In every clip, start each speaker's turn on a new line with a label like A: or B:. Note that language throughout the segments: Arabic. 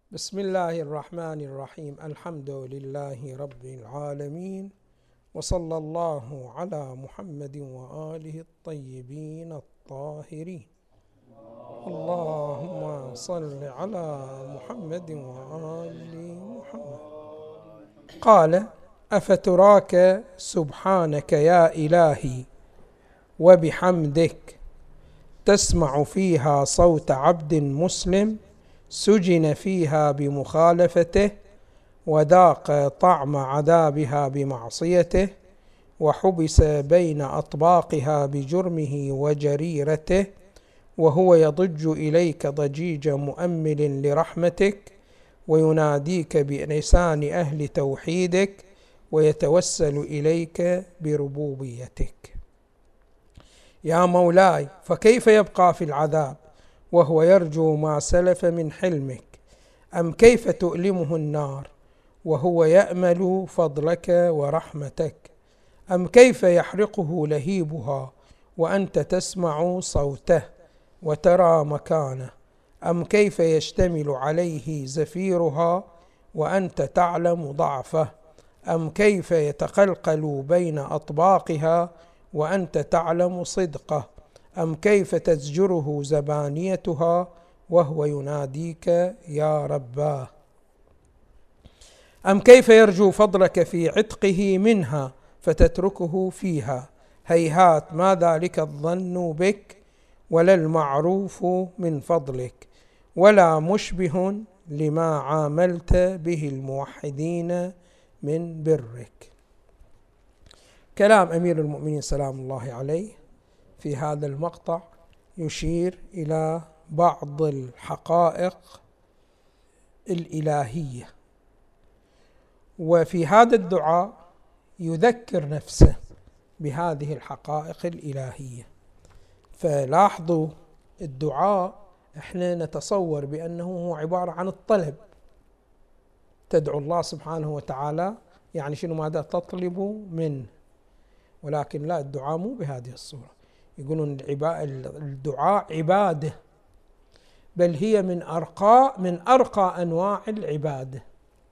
A: بسم الله الرحمن الرحيم. الحمد لله رب العالمين، وصلى الله على محمد وآله الطيبين الطاهرين. اللهم صل على محمد وآل محمد. قال: أفتراك سبحانك يا إلهي وبحمدك تسمع فيها صوت عبد مسلم سجن فيها بمخالفته وذاق طعم عذابها بمعصيته وحبس بين أطباقها بجرمه وجريرته، وهو يضج إليك ضجيج مؤمل لرحمتك ويناديك بلسان أهل توحيدك ويتوسل إليك بربوبيتك. يا مولاي، فكيف يبقى في العذاب وهو يرجو ما سلف من حلمك؟ أم كيف تؤلمه النار وهو يأمل فضلك ورحمتك؟ أم كيف يحرقه لهيبها وأنت تسمع صوته وترى مكانه؟ أم كيف يشتمل عليه زفيرها وأنت تعلم ضعفه؟ أم كيف يتقلقل بين أطباقها وأنت تعلم صدقه؟ أم كيف تزجره زبانيتها وهو يناديك يا رباه؟ أم كيف يرجو فضلك في عتقه منها فتتركه فيها؟ هيهات، ما ذلك الظن بك ولا المعروف من فضلك ولا مشبه لما عاملت به الموحدين من برك. كلام أمير المؤمنين سلام الله عليه في هذا المقطع يشير إلى بعض الحقائق الإلهية، وفي هذا الدعاء يذكر نفسه بهذه الحقائق الإلهية. فلاحظوا الدعاء احنا نتصور بأنه هو عبارة عن الطلب، تدعو الله سبحانه وتعالى يعني شنو ماذا تطلب منه، ولكن لا، الدعاء مو بهذه الصورة. يقولون الدعاء عبادة، بل هي من أرقى أنواع العبادة.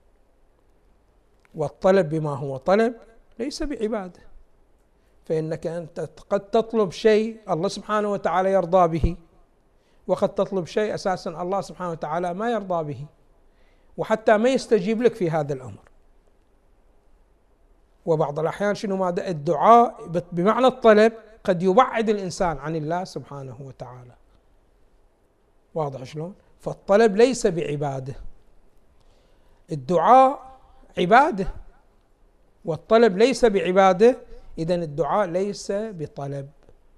A: والطلب بما هو طلب ليس بعبادة، فإنك أنت قد تطلب شيء الله سبحانه وتعالى يرضى به، وقد تطلب شيء أساسا الله سبحانه وتعالى ما يرضى به، وحتى ما يستجيب لك في هذا الأمر. وبعض الأحيان شنو ماذا الدعاء بمعنى الطلب قد يبعد الإنسان عن الله سبحانه وتعالى. واضح شلون؟ فالطلب ليس بعبادة، الدعاء عبادة والطلب ليس بعبادة، إذن الدعاء ليس بطلب.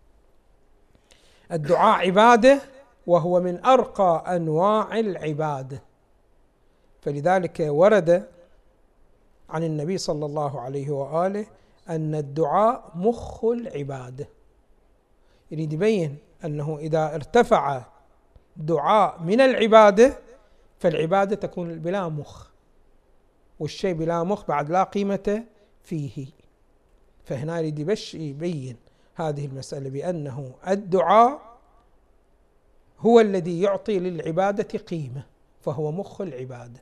A: الدعاء عبادة وهو من أرقى أنواع العبادة، فلذلك ورد عن النبي صلى الله عليه وآله أن الدعاء مخ العبادة. يريد يبين أنه إذا ارتفع دعاء من العبادة فالعبادة تكون بلا مخ، والشيء بلا مخ بعد لا قيمة فيه. فهنا يريد يبين هذه المسألة بأنه الدعاء هو الذي يعطي للعبادة قيمة، فهو مخ العبادة.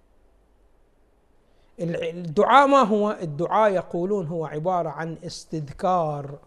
A: الدعاء ما هو؟ الدعاء يقولون هو عبارة عن استذكار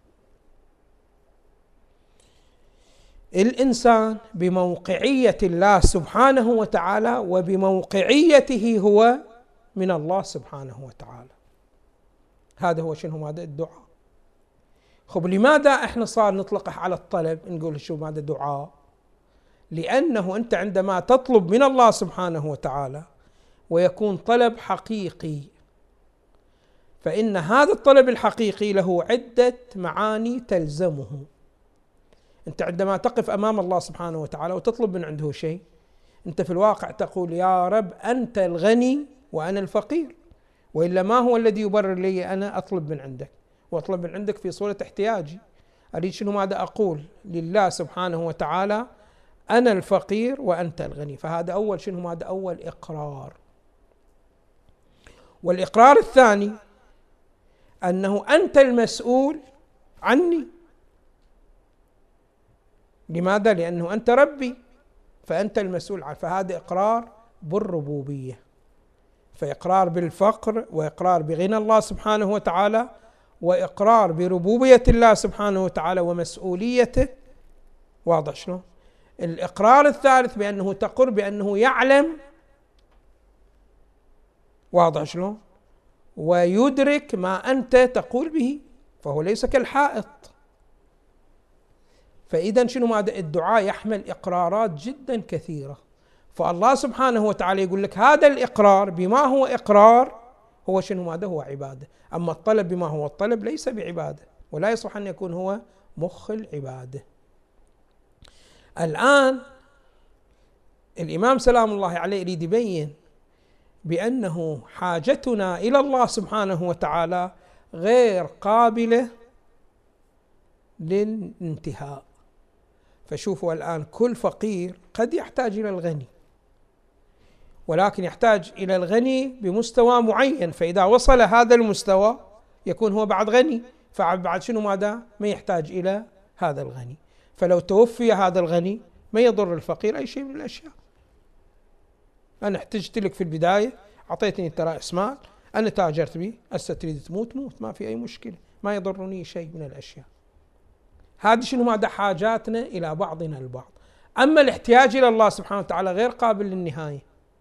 A: الإنسان بموقعية الله سبحانه وتعالى وبموقعيته هو من الله سبحانه وتعالى. هذا هو شنو هذا الدعاء. خب لماذا احنا صار نطلقه على الطلب نقول شو هذا دعاء؟ لأنه أنت عندما تطلب من الله سبحانه وتعالى ويكون طلب حقيقي، فإن هذا الطلب الحقيقي له عدة معاني تلزمه. أنت عندما تقف أمام الله سبحانه وتعالى وتطلب من عنده شيء، أنت في الواقع تقول يا رب أنت الغني وأنا الفقير، وإلا ما هو الذي يبرر لي أنا أطلب من عندك، وأطلب من عندك في صورة احتياجي. أريد شنو ماذا أقول لله سبحانه وتعالى أنا الفقير وأنت الغني. فهذا أول شنو ماذا أول إقرار. والإقرار الثاني أنه أنت المسؤول عني. لماذا؟ لأنه أنت ربي فأنت المسؤول عنه. فهذا إقرار بالربوبية، فإقرار بالفقر وإقرار بغنى الله سبحانه وتعالى وإقرار بربوبية الله سبحانه وتعالى ومسؤوليته. واضح شلون؟ الإقرار الثالث بأنه تقر بأنه يعلم، واضح شلون؟ ويدرك ما أنت تقول به، فهو ليس كالحائط. فإذا شنو ماذا؟ الدعاء يحمل إقرارات جدا كثيرة، فالله سبحانه وتعالى يقول لك هذا الإقرار بما هو إقرار هو شنو ماذا؟ هو عبادة. أما الطلب بما هو الطلب ليس بعبادة، ولا يصح أن يكون هو مخ العبادة. الآن الإمام سلام الله عليه يريد يبين بأنه حاجتنا إلى الله سبحانه وتعالى غير قابلة للانتهاء. فشوفوا الآن كل فقير قد يحتاج إلى الغني، ولكن يحتاج إلى الغني بمستوى معين، فإذا وصل هذا المستوى يكون هو بعد غني، فبعد شنو ماذا؟ ما يحتاج إلى هذا الغني. فلو توفي هذا الغني ما يضر الفقير أي شيء من الأشياء. أنا احتجت لك في البداية، أعطيتني أنت رأس مال، أنا تاجرت به، هسه تريد تموت موت، ما في أي مشكلة، ما يضرني شيء من الأشياء. هذه شنو ماذا؟ حاجاتنا إلى بعضنا البعض. أما الاحتياج إلى الله سبحانه وتعالى غير قابل للنهاية،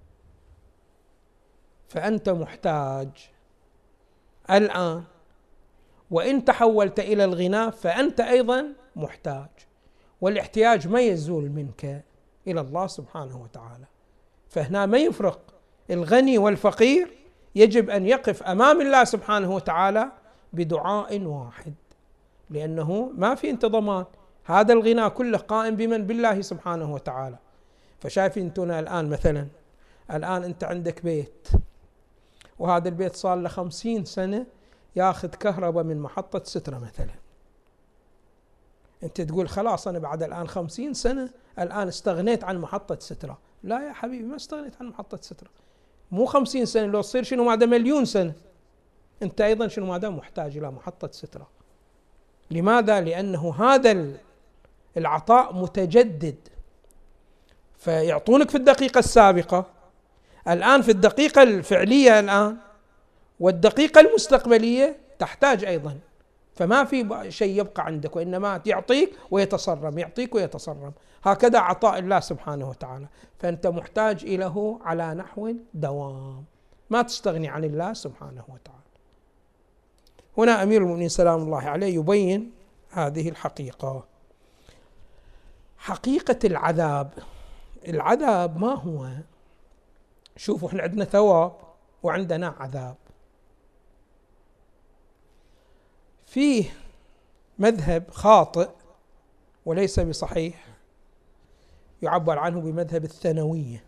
A: فأنت محتاج الآن، وإن تحولت إلى الغنى فأنت أيضا محتاج، والاحتياج ما يزول منك إلى الله سبحانه وتعالى. فهنا ما يفرق الغني والفقير، يجب أن يقف أمام الله سبحانه وتعالى بدعاء واحد، لأنه ما في أنت ضمان، هذا الغنى كله قائم بمن؟ بالله سبحانه وتعالى. فشايفين أنتم الآن مثلا، الآن أنت عندك بيت، وهذا البيت صار له 50 سنة ياخذ كهرباء من محطة سترة مثلا. أنت تقول خلاص أنا بعد الآن 50 سنة الآن استغنيت عن محطة سترة. لا يا حبيبي، ما استغنيت عن محطة سترة، مو 50 سنة، لو تصير شنو ماذا؟ مليون سنة، أنت أيضا شنو ماذا؟ محتاج إلى محطة سترة. لماذا؟ لأنه هذا العطاء متجدد، فيعطونك في الدقيقة السابقة، الآن في الدقيقة الفعلية الآن، والدقيقة المستقبلية تحتاج أيضا، فما في شيء يبقى عندك، وإنما يعطيك ويتصرم، يعطيك ويتصرم. هكذا عطاء الله سبحانه وتعالى، فأنت محتاج إليه على نحو دوام، ما تستغني عن الله سبحانه وتعالى. هنا أمير المؤمنين سلام الله عليه يبين هذه الحقيقة، حقيقة العذاب. العذاب ما هو؟ شوفوا احنا عندنا ثواب وعندنا عذاب. فيه مذهب خاطئ وليس بصحيح يعبر عنه بمذهب الثانوية.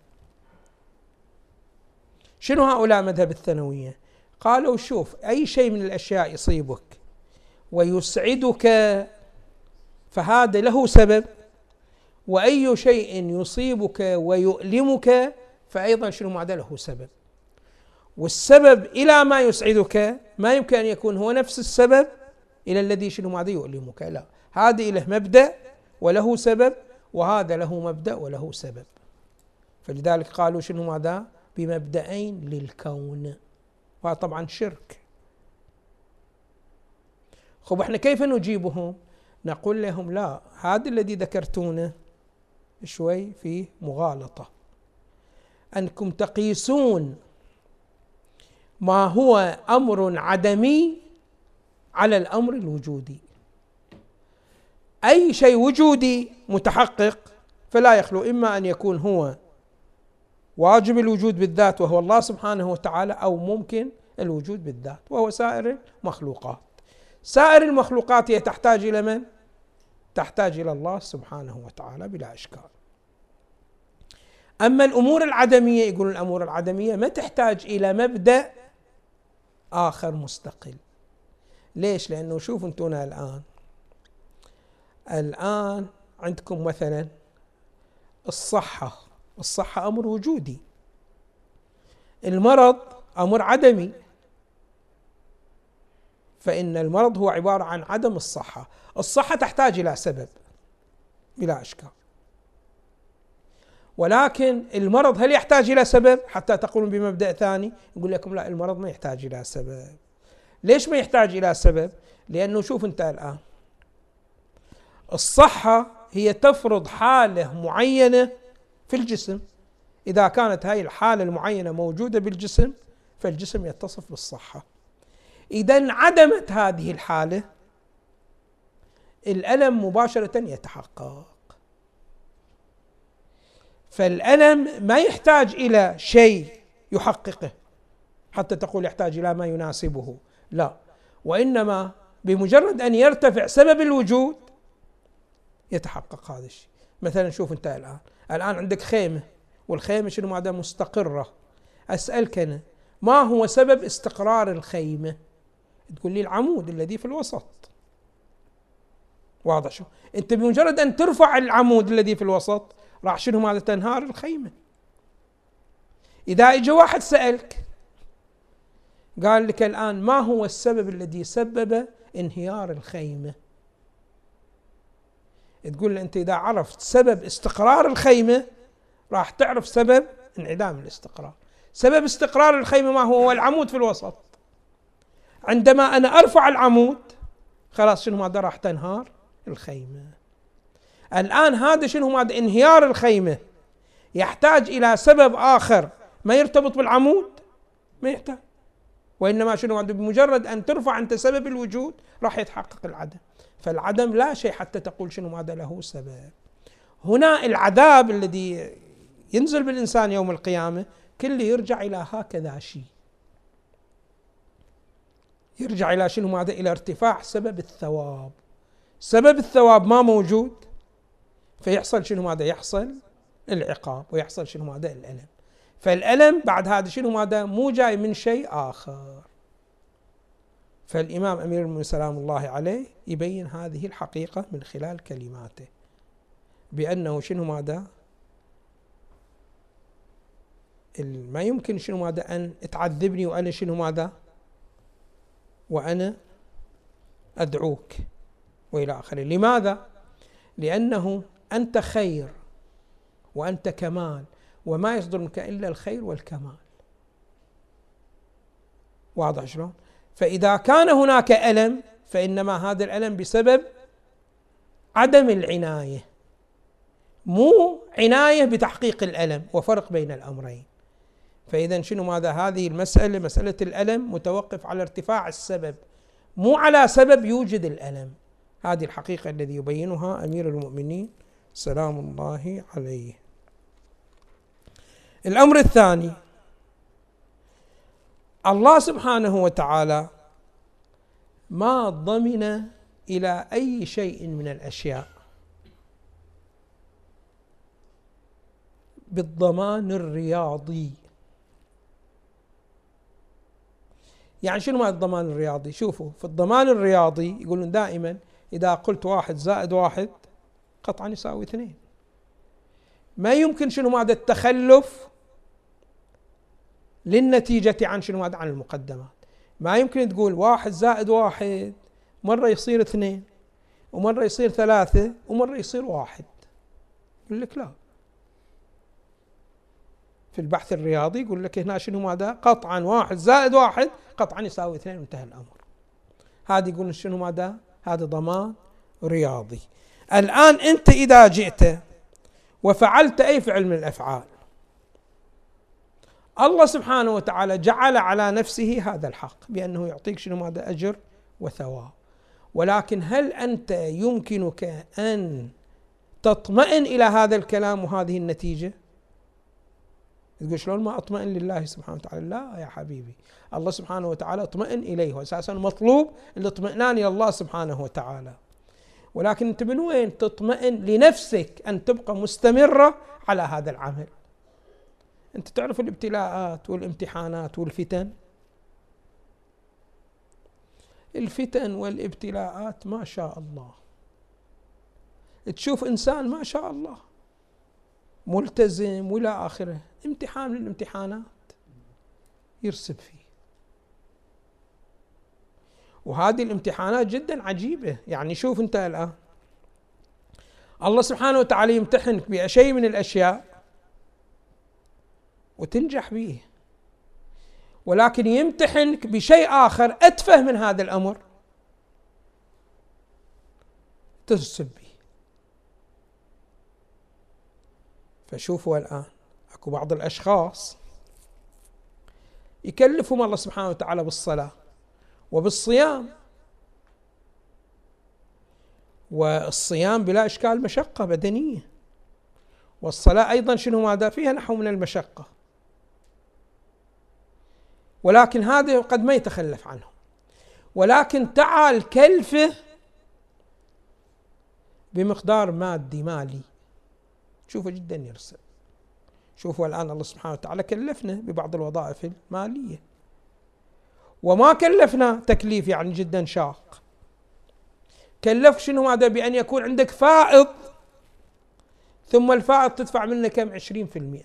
A: شنو هؤلاء مذهب الثانوية؟ قالوا شوف، أي شيء من الأشياء يصيبك ويسعدك فهذا له سبب، وأي شيء يصيبك ويؤلمك فأيضا شنو ماذا؟ له سبب. والسبب إلى ما يسعدك ما يمكن أن يكون هو نفس السبب إلى الذي شنو ماذا؟ يؤلمك، لا، هذا له مبدأ وله سبب، وهذا له مبدأ وله سبب. فلذلك قالوا شنو ماذا؟ بمبدأين للكون، وهذا طبعا شرك. خب احنا كيف نجيبهم؟ نقول لهم لا، هذا الذي ذكرتونه شوي فيه مغالطة، أنكم تقيسون ما هو أمر عدمي على الأمر الوجودي. أي شيء وجودي متحقق فلا يخلو إما أن يكون هو واجب الوجود بالذات وهو الله سبحانه وتعالى، أو ممكن الوجود بالذات وهو سائر المخلوقات. سائر المخلوقات هي تحتاج إلى من؟ تحتاج إلى الله سبحانه وتعالى بلا إشكال. أما الأمور العدمية، يقول الأمور العدمية ما تحتاج إلى مبدأ آخر مستقل. ليش؟ لأنه شوفوا أنتم الآن عندكم مثلا الصحة أمر وجودي، المرض أمر عدمي، فإن المرض هو عبارة عن عدم الصحة. الصحة تحتاج إلى سبب بلا إشكال، ولكن المرض هل يحتاج إلى سبب حتى تقولون بمبدأ ثاني؟ يقول لكم لا، المرض ما يحتاج إلى سبب. ليش ما يحتاج إلى سبب؟ لأنه شوف أنت الآن، الصحة هي تفرض حالة معينة في الجسم، إذا كانت هاي الحالة المعينة موجودة بالجسم فالجسم يتصف بالصحة. إذا انعدمت هذه الحالة الألم مباشرة يتحقق. فالألم ما يحتاج إلى شيء يحققه حتى تقول يحتاج إلى ما يناسبه، لا، وإنما بمجرد أن يرتفع سبب الوجود يتحقق هذا الشيء. مثلا شوف أنت الآن عندك خيمة، والخيمة شنو ماذا؟ مستقرة. أسألك أنا، ما هو سبب استقرار الخيمة؟ تقول لي العمود الذي في الوسط. واضح؟ شو أنت بمجرد أن ترفع العمود الذي في الوسط راح شنو ماذا؟ تنهار الخيمة. إذا إجا واحد سألك قال لك الآن ما هو السبب الذي سبب انهيار الخيمة؟ تقول له أنت إذا عرفت سبب استقرار الخيمة راح تعرف سبب انعدام الاستقرار. سبب استقرار الخيمة ما هو؟ العمود في الوسط. عندما أنا أرفع العمود خلاص شنو ماذا؟ راح تنهار الخيمة. الآن هذا شنو ماذا؟ انهيار الخيمة يحتاج إلى سبب آخر ما يرتبط بالعمود؟ ما يحتاج، وإنما شنو ماذا؟ بمجرد أن ترفع أنت سبب الوجود راح يتحقق العدم. فالعدم لا شيء حتى تقول شنو ماذا؟ له سبب. هنا العذاب الذي ينزل بالإنسان يوم القيامة كله يرجع إلى هكذا شيء، يرجع إلى شنو ماذا؟ إلى ارتفاع سبب الثواب. سبب الثواب ما موجود فيحصل شنو ماذا؟ يحصل العقاب ويحصل شنو ماذا؟ الألم. فالألم بعد هذا شنو ماذا؟ مو جاي من شيء آخر. فالإمام أمير المؤمنين سلام الله عليه يبين هذه الحقيقة من خلال كلماته بأنه شنو ماذا؟ ما يمكن شنو ماذا؟ أن تعذبني وأنا شنو ماذا؟ وأنا أدعوك وإلى آخره. لماذا؟ لأنه أنت خير وأنت كمال، وما يصدر منك إلا الخير والكمال. واضح شلون؟ فإذا كان هناك ألم فإنما هذا الألم بسبب عدم العناية، مو عناية بتحقيق الألم، وفرق بين الأمرين. فإذا شنو ماذا؟ هذه المسألة، مسألة الألم متوقف على ارتفاع السبب، مو على سبب يوجد الألم. هذه الحقيقة الذي يبينها أمير المؤمنين سلام الله عليه. الأمر الثاني، الله سبحانه وتعالى ما ضمن إلى أي شيء من الأشياء بالضمان الرياضي. يعني شنو معنى الضمان الرياضي؟ شوفوا، في الضمان الرياضي يقولون دائما إذا قلت 1 زائد 1 قطعا يساوي 2. ما يمكن شنو معنى التخلف للنتيجة عن شنو معنى؟ عن المقدمات. ما يمكن تقول 1 زائد 1 مرة يصير 2 ومرة يصير 3 ومرة يصير 1. يقول لك لا، في البحث الرياضي يقول لك هنا شنو ماذا؟ قطعا 1 زائد 1 قطعا يساوي 2 وانتهى الأمر. هذا يقول شنو ماذا؟ هذا ضمان رياضي. الآن أنت إذا جئت وفعلت أي فعل من الأفعال، الله سبحانه وتعالى جعل على نفسه هذا الحق بأنه يعطيك شنو ماذا؟ أجر وثواب. ولكن هل أنت يمكنك أن تطمئن إلى هذا الكلام وهذه النتيجة؟ تقول شلون ما أطمئن لله سبحانه وتعالى؟ لا يا حبيبي، الله سبحانه وتعالى اطمئن إليه، وأساسا مطلوب الاطمئنان إلى الله سبحانه وتعالى. ولكن أنت من وين تطمئن لنفسك أن تبقى مستمرة على هذا العمل؟ أنت تعرف الابتلاءات والامتحانات والفتن، الفتن والابتلاءات ما شاء الله، تشوف إنسان ما شاء الله ملتزم وإلى آخره، امتحان من الامتحانات يرسب فيه. وهذه الامتحانات جدا عجيبة. يعني شوف أنت الآن الله سبحانه وتعالى يمتحنك بشيء من الأشياء وتنجح به، ولكن يمتحنك بشيء آخر أتفه من هذا الأمر ترسب به. فشوفوا الآن أكو بعض الأشخاص يكلفهم الله سبحانه وتعالى بالصلاة وبالصيام، والصيام بلا إشكال مشقة بدنية، والصلاة أيضا شنو ماذا فيها نحو من المشقة، ولكن هذا قد ما يتخلف عنه. ولكن تعال كلفه بمقدار مادي مالي، شوفوا جدا يرسل. شوفوا الآن الله سبحانه وتعالى كلفنا ببعض الوظائف المالية، وما كلفنا تكليف يعني جدا شاق. كلف شنو هذا؟ بأن يكون عندك فائض، ثم الفائض تدفع منه كم؟ 20%.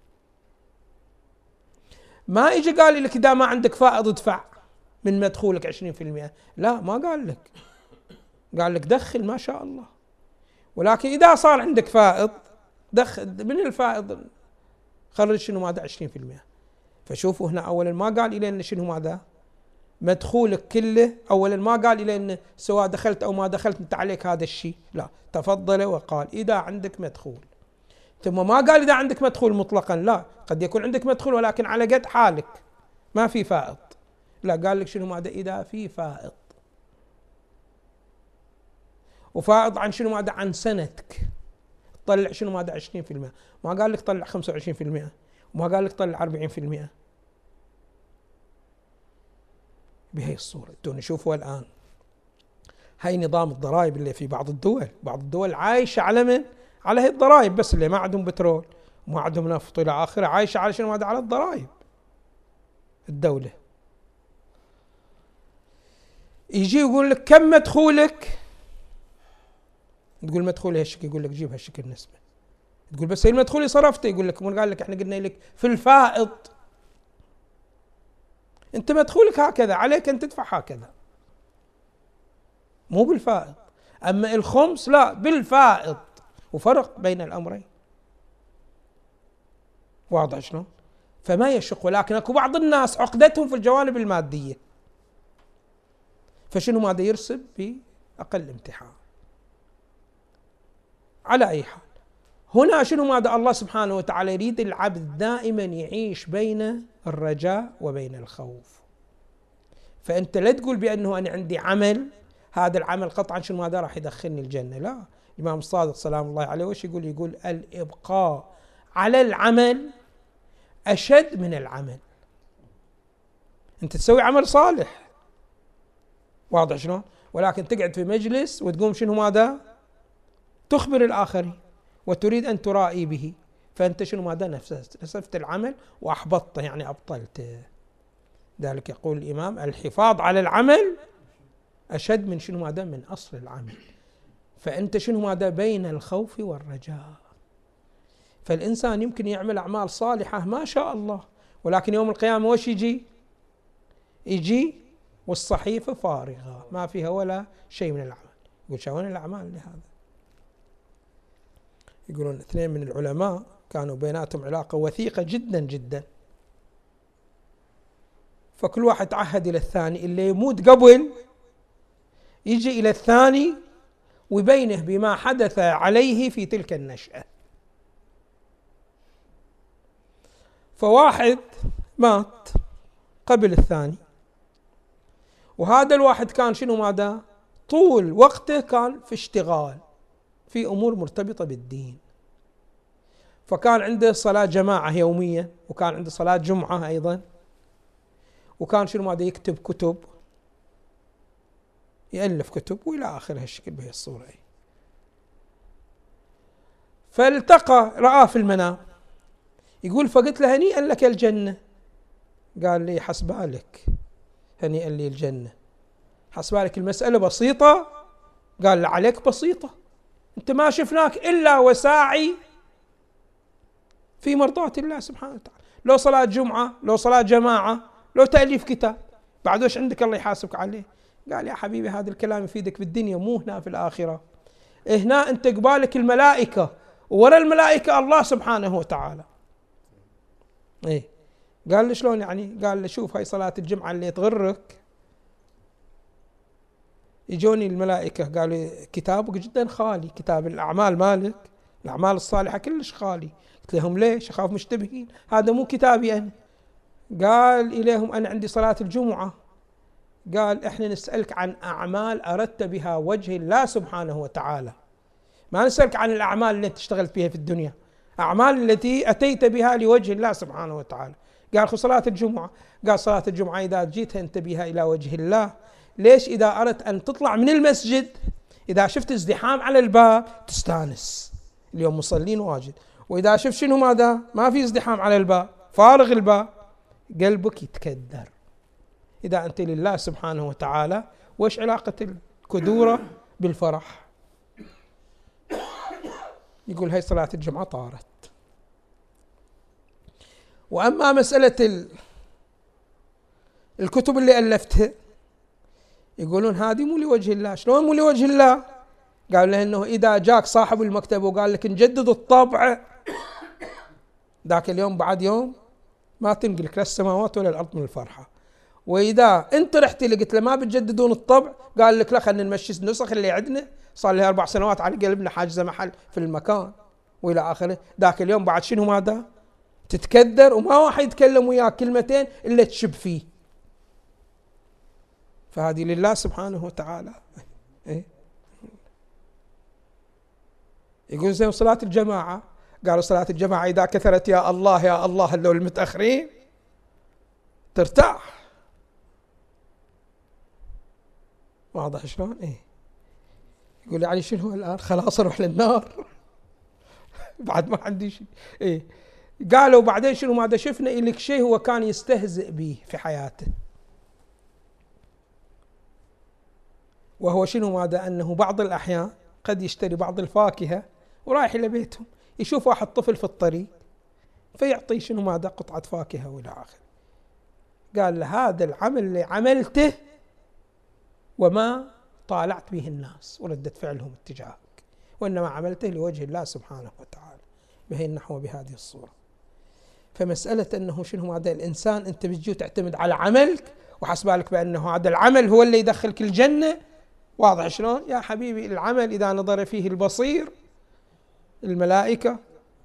A: ما يجي قال لك إذا ما عندك فائض ادفع من مدخولك 20%، لا، ما قال لك، قال لك دخل ما شاء الله، ولكن إذا صار عندك فائض دخل من الفائض، خرج شنو ماذا 20%. فشوفوا هنا أولا ما قال إلى أن شنو ماذا مدخولك كله، أولا ما قال إلى أن سواء دخلت أو ما دخلت أنت عليك هذا الشيء، لا، تفضل وقال إذا عندك مدخول. ثم ما قال إذا عندك مدخول مطلقا، لا، قد يكون عندك مدخول ولكن على قد حالك ما في فائض، لا، قال لك شنو ماذا إذا في فائض، وفائض عن شنو ماذا عن سنتك، طلع شنو ماذا 20%، ما قال لك طلع 25%، وما قال لك طلع 40%. بهي الصورة نشوفوا الآن هاي نظام الضرائب اللي في بعض الدول عايشة على من؟ على هي الضرائب بس، اللي ما عندهم بترول وما عندهم نفط إلى آخره، عايشة على شنو هذا؟ على الضرائب. الدولة يجي يقول لك كم مدخولك، تقول مدخولي هالشكل، يقول لك جيب هالشكل نسبة، تقول بس هي المدخول صرفته، يقول لك من قال لك احنا قلنا لك في الفائض، انت مدخولك هكذا، عليك ان تدفع هكذا مو بالفائض. اما الخمس لا، بالفائض، وفرق بين الامرين، واضح شلون؟ فما يشق. ولكن اكو بعض الناس عقدتهم في الجوانب المادية، فشنو ماذا يرسب بأقل امتحان. على أي حال، هنا شنو ماذا الله سبحانه وتعالى يريد العبد دائما يعيش بين الرجاء وبين الخوف. فأنت لا تقول بأنه أنا عندي عمل، هذا العمل قطعا شنو ماذا راح يدخلني الجنة، لا. الإمام الصادق سلام الله عليه وش يقول؟ يقول الإبقاء على العمل أشد من العمل. أنت تسوي عمل صالح، واضح شلون؟ ولكن تقعد في مجلس وتقوم شنو ماذا تخبر الآخرين وتريد أن ترائي به، فأنت شنو ماذا نسفت العمل وأحبطته، يعني أبطلته. ذلك يقول الإمام الحفاظ على العمل أشد من شنو ماذا من أصل العمل. فأنت شنو ماذا بين الخوف والرجاء. فالإنسان يمكن يعمل أعمال صالحة ما شاء الله، ولكن يوم القيامة وش يجي والصحيفة فارغة ما فيها ولا شيء من العمل. يقول شوين الأعمال لهذا؟ يقولون اثنين من العلماء كانوا بيناتهم علاقة وثيقة جدا جدا، فكل واحد تعهد إلى الثاني اللي يموت قبل يجي إلى الثاني ويبينه بما حدث عليه في تلك النشأة. فواحد مات قبل الثاني، وهذا الواحد كان شنو ماذا طول وقته كان في اشتغال في أمور مرتبطة بالدين، فكان عنده صلاة جماعة يوميا، وكان عنده صلاة جمعة أيضا، وكان شنو ماذا يكتب كتب، يألف كتب وإلى آخر هالشكل بهي الصورة. فالتقى رآه في المنام، يقول فقلت له هنيئا لك الجنة. قال لي حسبالك، هنيئا لي الجنة، حسبالك المسألة بسيطة. قال له عليك بسيطة، أنت ما شفناك إلا وساعي في مرضاة الله سبحانه وتعالى، لو صلاة جمعة، لو صلاة جماعة، لو تأليف كتاب، بعد وش عندك الله يحاسبك عليه؟ قال يا حبيبي هذا الكلام يفيدك في الدنيا مو هنا في الآخرة. هنا أنت قبالك الملائكة، وورا الملائكة الله سبحانه وتعالى. إيه قال له شلون يعني؟ قال له شوف هاي صلاة الجمعة اللي تغرك، يجوني الملائكة قالوا كتابك جدا خالي، كتاب الأعمال مالك الأعمال الصالحة كلش خالي. قلت لهم ليش؟ أخاف مشتبهين، هذا مو كتابي أنا. قال إليهم أنا عندي صلاة الجمعة. قال إحنا نسألك عن أعمال أردت بها وجه الله سبحانه وتعالى، ما نسألك عن الأعمال التي اشتغلت بها في الدنيا، أعمال التي أتيت بها لوجه الله سبحانه وتعالى. قال خو صلاة الجمعة. قال صلاة الجمعة إذا جيت أنت بها إلى وجه الله، ليش إذا أردت أن تطلع من المسجد إذا شفت ازدحام على الباب تستانس، اليوم مصلين واجد، وإذا شفت شنو ماذا ما في ازدحام على الباب فارغ الباب قلبك يتكدر. إذا أنت لله سبحانه وتعالى وش علاقة الكدورة بالفرح؟ يقول هاي صلاة الجمعة طارت. وأما مسألة الكتب اللي ألفتها يقولون هذه مو لوجه الله. شلون مو لوجه الله؟ قال له إنه إذا جاك صاحب المكتب وقال لك نجدد الطبع ذاك اليوم بعد يوم ما تنقلك لا السماوات ولا الأرض من الفرحة. وإذا أنت رحت لقيت له ما بتجددون الطبع قال لك لا خلينا نمشي النسخ اللي عندنا صار لها 4 سنوات على قلبنا حاجزة محل في المكان وإلى آخره. ذاك اليوم بعد شنو ماذا؟ تتكدر وما واحد يتكلم وياك كلمتين إلا تشب فيه. فهذه لله سبحانه وتعالى. إيه؟ يقول زي صلاة الجماعة، قالوا صلاة الجماعة إذا كثرت يا الله يا الله هذول المتأخرين ترتاح. واضح شلون؟ إيه؟ يقول يعني شنو الآن خلاص أروح للنار بعد ما عندي شيء. إيه؟ قالوا بعدين شنو ماذا شفنا إلك شيء هو كان يستهزئ به في حياته، وهو شنو ماذا؟ أنه بعض الأحيان قد يشتري بعض الفاكهة ورايح إلى بيتهم يشوف واحد طفل في الطريق فيعطيه شنو ماذا؟ قطعة فاكهة وإلى آخره. قال له هذا العمل اللي عملته وما طالعت به الناس وردة فعلهم اتجاهك، وإنما عملته لوجه الله سبحانه وتعالى بهي النحو بهذه الصورة. فمسألة أنه شنو هذا الإنسان أنت بتجي تعتمد على عملك وحسبالك بأنه هذا العمل هو اللي يدخلك الجنة. واضح شلون؟ يا حبيبي العمل إذا نظر فيه البصير الملائكة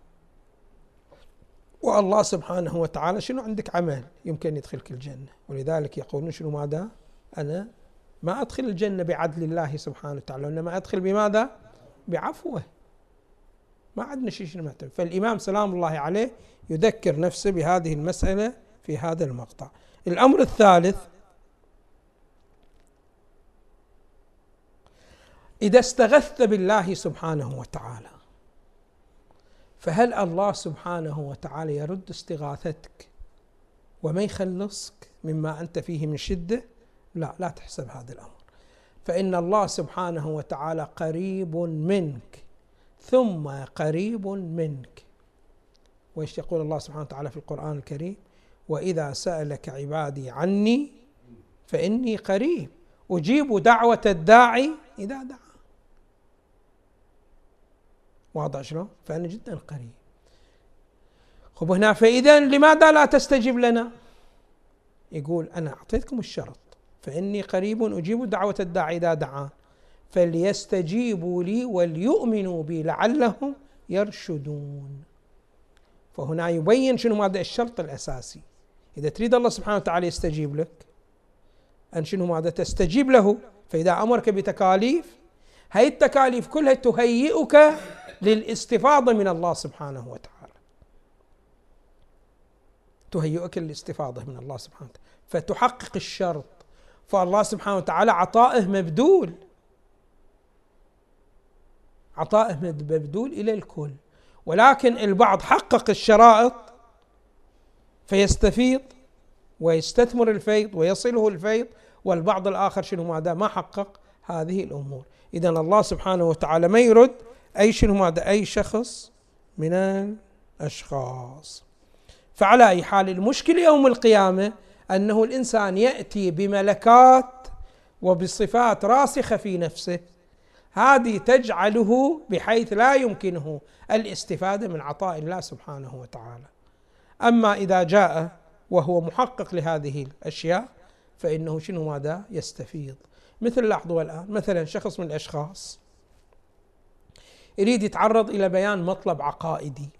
A: والله سبحانه وتعالى شنو عندك عمل يمكن يدخلك الجنة. ولذلك يقولون شنو ماذا؟ أنا ما أدخل الجنة بعدل الله سبحانه وتعالى وإنما أدخل بماذا؟ بعفوه. ما عندنا شيء نعتمد. فالإمام سلام الله عليه يذكر نفسه بهذه المسألة في هذا المقطع. الأمر الثالث، إذا استغثت بالله سبحانه وتعالى فهل الله سبحانه وتعالى يرد استغاثتك وما يخلصك مما أنت فيه من شدة؟ لا، لا تحسب هذا الأمر. فإن الله سبحانه وتعالى قريب منك ثم قريب منك. وإيش يقول الله سبحانه وتعالى في القرآن الكريم؟ وإذا سألك عبادي عني فإني قريب أجيب دعوة الداعي إذا دعا. واضح شلون؟ فأنا جدا قريب. خب هنا فإذا لماذا لا تستجيب لنا؟ يقول أنا أعطيتكم الشرط فإني قريب أجيب دعوة الداعي إذا دعا فليستجيبوا لي وليؤمنوا بي لعلهم يرشدون. فهنا يبين شنو ماذا الشرط الأساسي. إذا تريد الله سبحانه وتعالى يستجيب لك أن شنو ماذا تستجيب له. فإذا أمرك بتكاليف هاي التكاليف كلها تهيئك للاستفاضة من الله سبحانه وتعالى، تهيئك للاستفاضة من الله سبحانه وتعالى فتحقق الشرط. فالله سبحانه وتعالى عطائه مبذول، عطائه مبذول إلى الكل، ولكن البعض حقق الشرائط فيستفيض ويستثمر الفيض ويصله الفيض، والبعض الآخر شنو ماذا؟ ما حقق هذه الأمور. إذن الله سبحانه وتعالى ما يرد أي شنو ماذا؟ أي شخص من الأشخاص. فعلى أي حال المشكلة يوم القيامة أنه الإنسان يأتي بملكات وبصفات راسخة في نفسه هذه تجعله بحيث لا يمكنه الاستفادة من عطاء الله سبحانه وتعالى. أما إذا جاء وهو محقق لهذه الأشياء فإنه شنو ماذا يستفيض. مثل لاحظوا الآن مثلا شخص من الأشخاص يريد يتعرض إلى بيان مطلب عقائدي.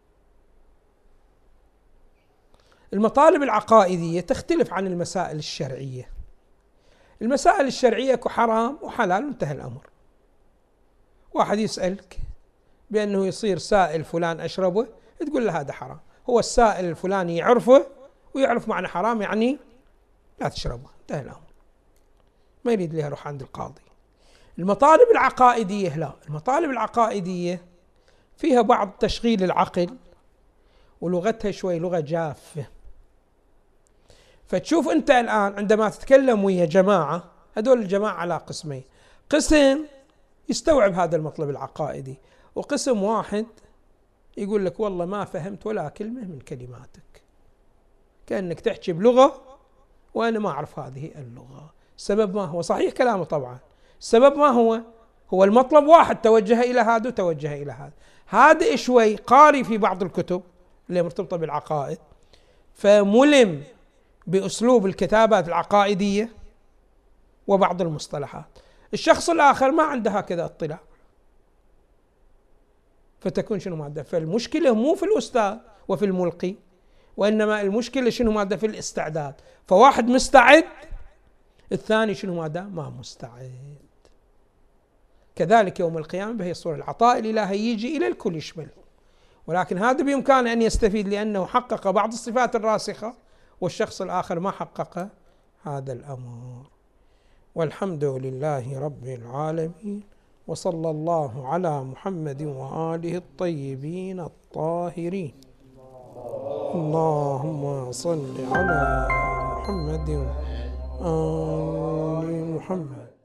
A: المطالب العقائدية تختلف عن المسائل الشرعية. المسائل الشرعية كحرام وحلال وانتهى الأمر. واحد يسألك بأنه يصير سائل فلان أشربه، تقول له هذا حرام. هو السائل الفلاني يعرفه ويعرف معنى حرام، يعني لا تشربه، انتهى الأمر، ما يريد لها يروح عند القاضي. المطالب العقائدية لا، المطالب العقائدية فيها بعض تشغيل العقل ولغتها شوي لغة جافة. فتشوف أنت الآن عندما تتكلم ويا جماعة، هذول الجماعة على قسمين: قسم يستوعب هذا المطلب العقائدي، وقسم واحد يقول لك والله ما فهمت ولا كلمة من كلماتك، كأنك تحكي بلغة وأنا ما أعرف هذه اللغة. السبب ما هو؟ صحيح كلامه طبعا، السبب ما هو؟ هو المطلب واحد، توجه إلى هذا وتوجه إلى هذا. هذا شوي قاري في بعض الكتب اللي مرتبطة بالعقائد، فملم بأسلوب الكتابات العقائدية وبعض المصطلحات. الشخص الآخر ما عنده هكذا اطلاع، فتكون شنو مادة؟ فالمشكلة مو في الأستاذ وفي الملقي، وإنما المشكلة شنو مادة؟ في الاستعداد. فواحد مستعد، الثاني شنو مادة؟ ما مستعد. كذلك يوم القيامة بهي الصورة العطاء الإلهي يجي إلى الكل يشمل، ولكن هذا بإمكانه أن يستفيد لأنه حقق بعض الصفات الراسخة، والشخص الآخر ما حقق هذا الأمر. والحمد لله رب العالمين، وصلى الله على محمد وآله الطيبين الطاهرين. اللهم صل على محمد وآل محمد.